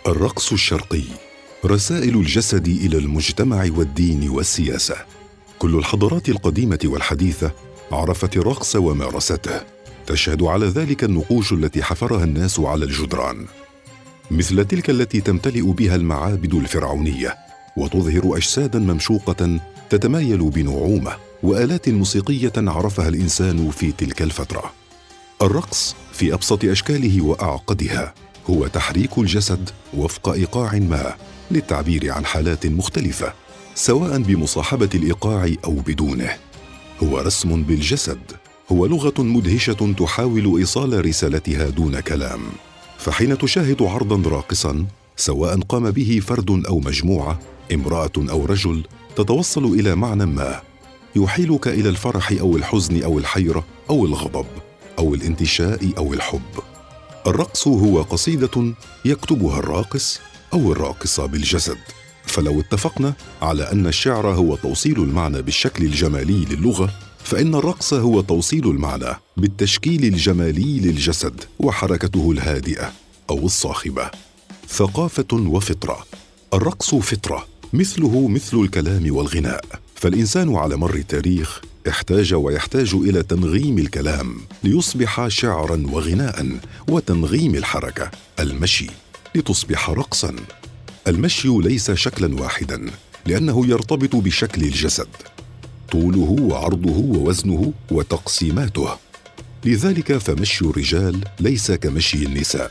الرقص الشرقي، رسائل الجسد إلى المجتمع والدين والسياسة. كل الحضارات القديمة والحديثة عرفت الرقص ومارسته، تشهد على ذلك النقوش التي حفرها الناس على الجدران، مثل تلك التي تمتلئ بها المعابد الفرعونية وتظهر أجسادا ممشوقة تتمايل بنعومة، وآلات موسيقية عرفها الإنسان في تلك الفترة. الرقص في أبسط أشكاله وأعقدها هو تحريك الجسد وفق إيقاع ما للتعبير عن حالات مختلفة، سواء بمصاحبة الإيقاع أو بدونه. هو رسم بالجسد، هو لغة مدهشة تحاول إيصال رسالتها دون كلام. فحين تشاهد عرضاً راقصاً، سواء قام به فرد أو مجموعة، امرأة أو رجل، تتوصل إلى معنى ما يحيلك إلى الفرح أو الحزن أو الحيرة أو الغضب أو الانتشاء أو الحب. الرقص هو قصيدة يكتبها الراقص أو الراقصة بالجسد. فلو اتفقنا على أن الشعر هو توصيل المعنى بالشكل الجمالي للغة، فإن الرقص هو توصيل المعنى بالتشكيل الجمالي للجسد وحركته الهادئة أو الصاخبة. ثقافة وفطرة. الرقص فطرة، مثله مثل الكلام والغناء، فالإنسان على مر التاريخ احتاج ويحتاج إلى تنغيم الكلام ليصبح شعراً وغناءً، وتنغيم الحركة المشي لتصبح رقصاً. المشي ليس شكلاً واحداً، لأنه يرتبط بشكل الجسد، طوله وعرضه ووزنه وتقسيماته. لذلك فمشي الرجال ليس كمشي النساء.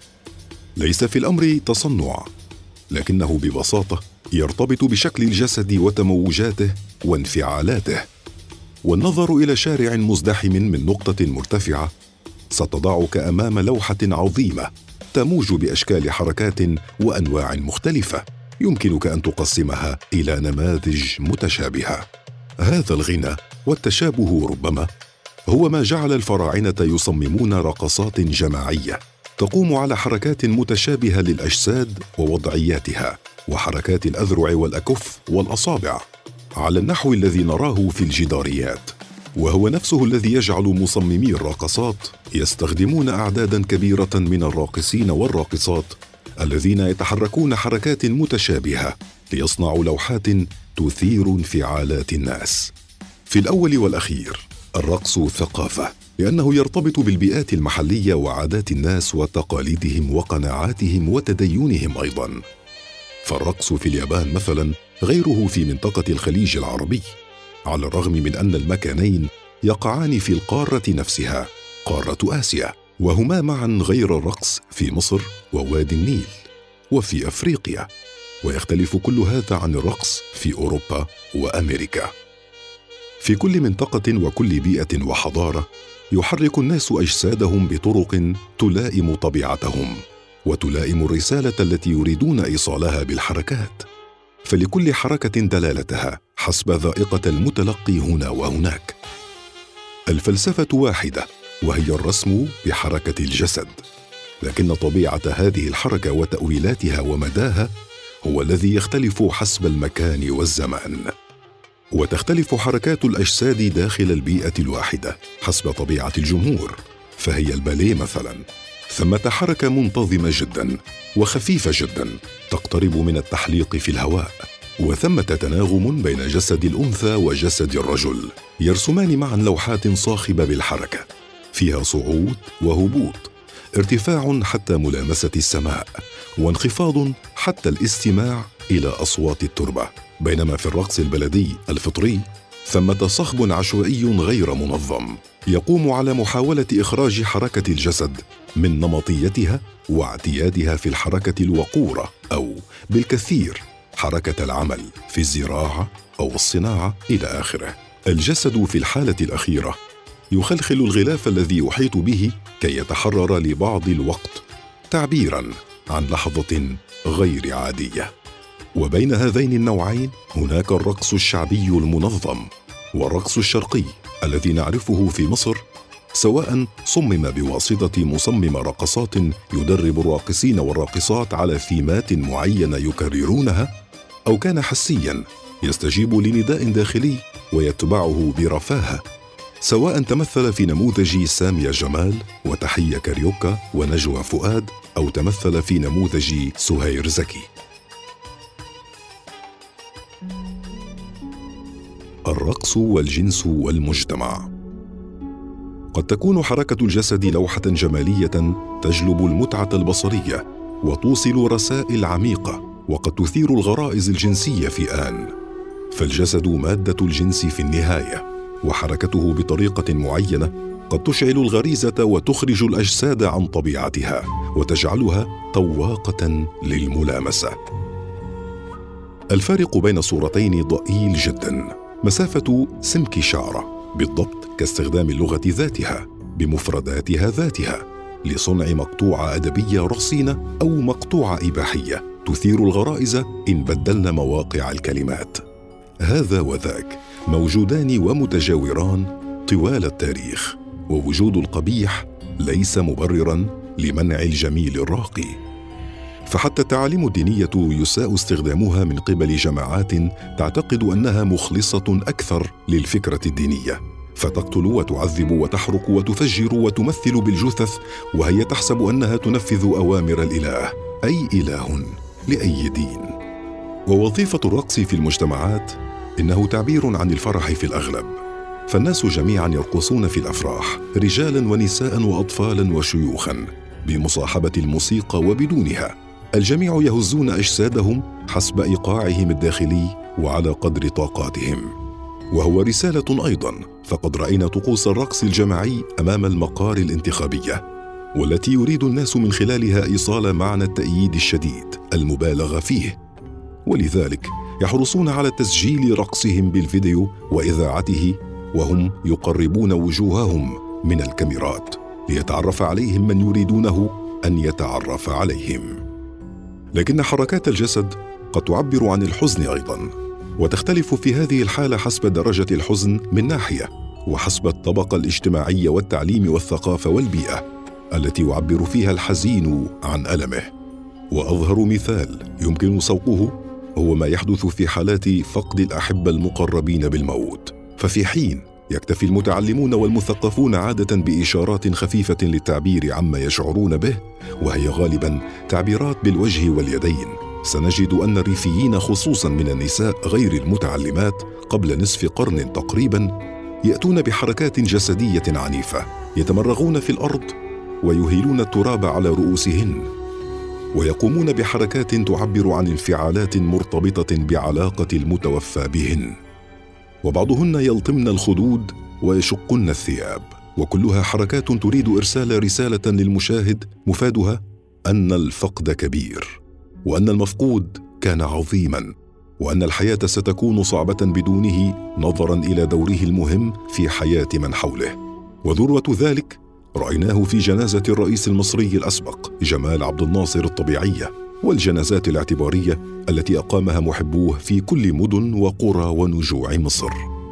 ليس في الأمر تصنع، لكنه ببساطة يرتبط بشكل الجسد وتموجاته وانفعالاته. والنظر إلى شارع مزدحم من نقطة مرتفعة ستضعك أمام لوحة عظيمة تموج بأشكال حركات وأنواع مختلفة، يمكنك أن تقسمها إلى نماذج متشابهة. هذا الغنى والتشابه ربما هو ما جعل الفراعنة يصممون رقصات جماعية تقوم على حركات متشابهة للأجساد ووضعياتها، وحركات الأذرع والأكف والأصابع، على النحو الذي نراه في الجداريات. وهو نفسه الذي يجعل مصممي الرقصات يستخدمون أعدادا كبيرة من الراقصين والراقصات الذين يتحركون حركات متشابهة ليصنعوا لوحات تثير انفعالات الناس. في الأول والأخير، الرقص ثقافة، لأنه يرتبط بالبيئات المحلية وعادات الناس وتقاليدهم وقناعاتهم وتدينهم أيضاً. فالرقص في اليابان مثلاً غيره في منطقة الخليج العربي، على الرغم من أن المكانين يقعان في القارة نفسها، قارة آسيا، وهما معاً غير الرقص في مصر ووادي النيل وفي أفريقيا، ويختلف كل هذا عن الرقص في أوروبا وأمريكا. في كل منطقة وكل بيئة وحضارة يحرك الناس أجسادهم بطرق تلائم طبيعتهم وتلائم الرسالة التي يريدون إيصالها بالحركات، فلكل حركة دلالتها حسب ذائقة المتلقي هنا وهناك. الفلسفة واحدة، وهي الرسم بحركة الجسد، لكن طبيعة هذه الحركة وتأويلاتها ومداها هو الذي يختلف حسب المكان والزمان. وتختلف حركات الأجساد داخل البيئة الواحدة حسب طبيعة الجمهور. فهي الباليه مثلا، ثمة حركة منتظمة جدا وخفيفة جدا تقترب من التحليق في الهواء، وثمة تناغم بين جسد الأنثى وجسد الرجل، يرسمان معا لوحات صاخبة بالحركة فيها صعود وهبوط، ارتفاع حتى ملامسة السماء، وانخفاض حتى الاستماع إلى أصوات التربة. بينما في الرقص البلدي الفطري ثمة صخب عشوائي غير منظم يقوم على محاولة إخراج حركة الجسد من نمطيتها واعتيادها في الحركة الوقورة، أو بالكثير حركة العمل في الزراعة أو الصناعة إلى آخره. الجسد في الحالة الأخيرة يخلخل الغلاف الذي يحيط به كي يتحرر لبعض الوقت، تعبيراً عن لحظة غير عادية. وبين هذين النوعين هناك الرقص الشعبي المنظم والرقص الشرقي الذي نعرفه في مصر، سواء صمم بواسطة مصمم رقصات يدرب الراقصين والراقصات على ثيمات معينة يكررونها، أو كان حسياً يستجيب لنداء داخلي ويتبعه برفاهة، سواء تمثل في نموذج سامية جمال وتحية كاريوكا ونجوى فؤاد، أو تمثل في نموذج سهير زكي. الرقص والجنس والمجتمع. قد تكون حركة الجسد لوحة جمالية تجلب المتعة البصرية وتوصل رسائل عميقة، وقد تثير الغرائز الجنسية في آن. فالجسد مادة الجنس في النهاية، وحركته بطريقة معينة قد تشعل الغريزة وتخرج الأجساد عن طبيعتها وتجعلها طواقة للملامسة. الفارق بين الصورتين ضئيل جدا، مسافة سمك شعرة بالضبط كاستخدام اللغة ذاتها بمفرداتها ذاتها لصنع مقطوعة أدبية رصينة أو مقطوعة إباحية تثير الغرائز إن بدلنا مواقع الكلمات. هذا وذاك موجودان ومتجاوران طوال التاريخ، ووجود القبيح ليس مبرراً لمنع الجميل الراقي. فحتى التعاليم الدينية يساء استخدامها من قبل جماعات تعتقد أنها مخلصة أكثر للفكرة الدينية، فتقتل وتعذب وتحرق وتفجر وتمثل بالجثث، وهي تحسب أنها تنفذ أوامر الإله، أي إله لأي دين. ووظيفة الرقص في المجتمعات إنه تعبير عن الفرح في الأغلب، فالناس جميعا يرقصون في الأفراح، رجالا ونساء وأطفالا وشيوخا، بمصاحبة الموسيقى وبدونها. الجميع يهزون أجسادهم حسب إيقاعهم الداخلي وعلى قدر طاقاتهم. وهو رسالة أيضا، فقد رأينا طقوس الرقص الجماعي أمام المقار الانتخابية، والتي يريد الناس من خلالها إيصال معنى التأييد الشديد المبالغ فيه، ولذلك يحرصون على تسجيل رقصهم بالفيديو وإذاعته وهم يقربون وجوههم من الكاميرات ليتعرف عليهم من يريدونه أن يتعرف عليهم. لكن حركات الجسد قد تعبر عن الحزن أيضاً، وتختلف في هذه الحالة حسب درجة الحزن من ناحية، وحسب الطبقة الاجتماعية والتعليم والثقافة والبيئة التي يعبر فيها الحزين عن ألمه. وأظهر مثال يمكن سوقه هو ما يحدث في حالات فقد الأحبة المقربين بالموت، ففي حين يكتفي المتعلمون والمثقفون عادة بإشارات خفيفة للتعبير عما يشعرون به، وهي غالباً تعبيرات بالوجه واليدين، سنجد أن الريفيين خصوصاً من النساء غير المتعلمات قبل نصف قرن تقريباً يأتون بحركات جسدية عنيفة، يتمرغون في الأرض ويهيلون التراب على رؤوسهن، ويقومون بحركات تعبر عن انفعالات مرتبطة بعلاقة المتوفى بهن، وبعضهن يلطمن الخدود ويشقن الثياب، وكلها حركات تريد إرسال رسالة للمشاهد مفادها أن الفقد كبير، وأن المفقود كان عظيما، وأن الحياة ستكون صعبة بدونه نظرا إلى دوره المهم في حياة من حوله. وذروة ذلك رأيناه في جنازة الرئيس المصري الأسبق جمال عبد الناصر الطبيعية، والجنازات الاعتبارية التي أقامها محبوه في كل مدن وقرى ونجوع مصر.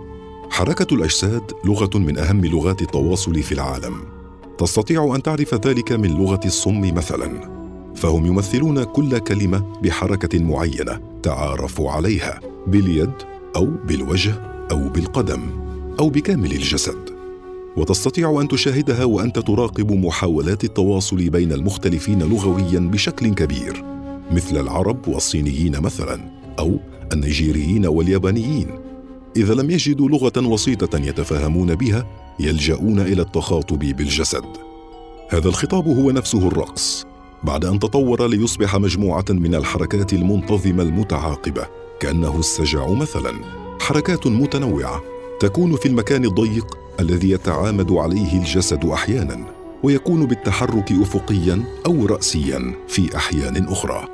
حركة الأجساد لغة من أهم لغات التواصل في العالم، تستطيع أن تعرف ذلك من لغة الصم مثلا، فهم يمثلون كل كلمة بحركة معينة تعارفوا عليها باليد أو بالوجه أو بالقدم أو بكامل الجسد، وتستطيع أن تشاهدها وأنت تراقب محاولات التواصل بين المختلفين لغويا بشكل كبير، مثل العرب والصينيين مثلا، أو النيجيريين واليابانيين. إذا لم يجدوا لغة وسيطة يتفاهمون بها يلجؤون إلى التخاطب بالجسد. هذا الخطاب هو نفسه الرقص، بعد أن تطور ليصبح مجموعة من الحركات المنتظمة المتعاقبة، كأنه السجع مثلا، حركات متنوعة تكون في المكان الضيق الذي يتعامد عليه الجسد أحيانا، ويكون بالتحرك أفقيا أو رأسيا في أحيان أخرى.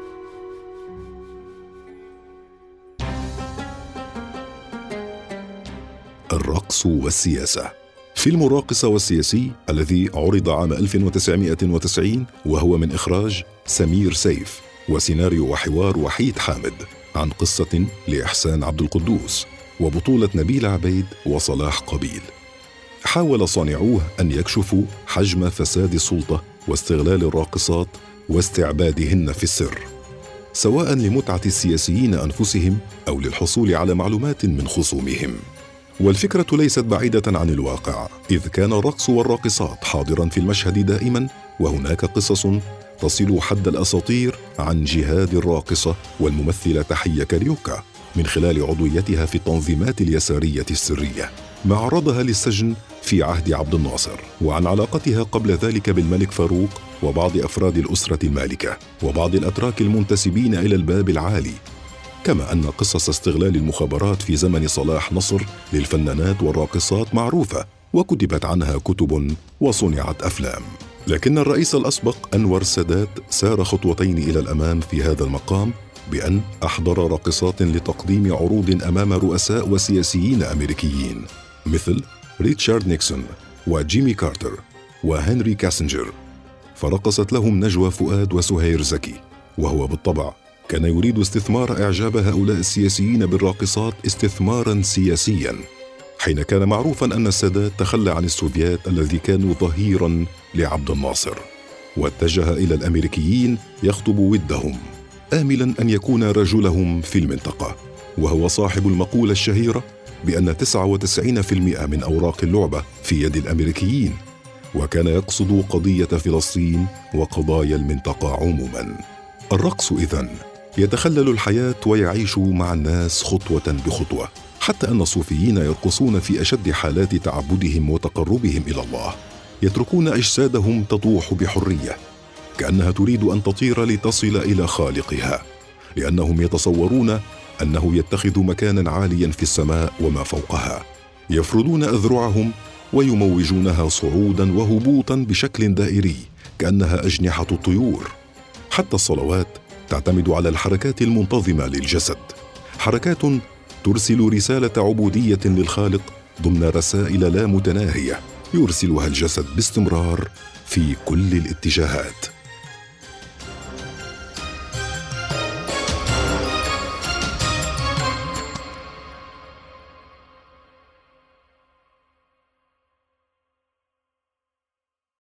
الرقص والسياسة. فيلم الراقص والسياسي الذي عرض عام 1990 وهو من إخراج سمير سيف وسيناريو وحوار وحيد حامد، عن قصة لإحسان عبد القدوس وبطولة نبيل عبيد وصلاح قبيل. حاول صانعوه أن يكشفوا حجم فساد السلطة واستغلال الراقصات واستعبادهن في السر، سواء لمتعة السياسيين أنفسهم أو للحصول على معلومات من خصومهم. والفكرة ليست بعيدة عن الواقع، إذ كان الرقص والراقصات حاضراً في المشهد دائماً، وهناك قصص تصل حد الأساطير عن جهاد الراقصة والممثلة تحية كاريوكا من خلال عضويتها في التنظيمات اليسارية السرية، ما عرضها للسجن في عهد عبد الناصر، وعن علاقتها قبل ذلك بالملك فاروق وبعض أفراد الأسرة المالكة وبعض الأتراك المنتسبين إلى الباب العالي، كما أن قصص استغلال المخابرات في زمن صلاح نصر للفنانات والراقصات معروفة وكتبت عنها كتب وصنعت أفلام. لكن الرئيس الأسبق أنور السادات سار خطوتين إلى الأمام في هذا المقام بأن أحضر راقصات لتقديم عروض أمام رؤساء وسياسيين أمريكيين مثل ريتشارد نيكسون وجيمي كارتر وهنري كاسنجر، فرقصت لهم نجوى فؤاد وسهير زكي، وهو بالطبع كان يريد استثمار إعجاب هؤلاء السياسيين بالراقصات استثماراً سياسياً، حين كان معروفاً أن السادات تخلى عن السوفيات الذي كانوا ظهيراً لعبد الناصر، واتجه إلى الأمريكيين يخطب ودهم، آملاً أن يكون رجلهم في المنطقة، وهو صاحب المقولة الشهيرة بأن 99% من أوراق اللعبة في يد الأمريكيين، وكان يقصد قضية فلسطين وقضايا المنطقة عموماً. الرقص إذن يتخلل الحياة ويعيش مع الناس خطوة بخطوة، حتى أن الصوفيين يرقصون في أشد حالات تعبدهم وتقربهم إلى الله، يتركون أجسادهم تطوح بحرية كأنها تريد أن تطير لتصل إلى خالقها، لأنهم يتصورون أنه يتخذ مكانا عاليا في السماء وما فوقها، يفردون أذرعهم ويموجونها صعودا وهبوطا بشكل دائري كأنها أجنحة الطيور. حتى الصلوات تعتمد على الحركات المنتظمة للجسد، حركات ترسل رسالة عبودية للخالق ضمن رسائل لا متناهية يرسلها الجسد باستمرار في كل الاتجاهات.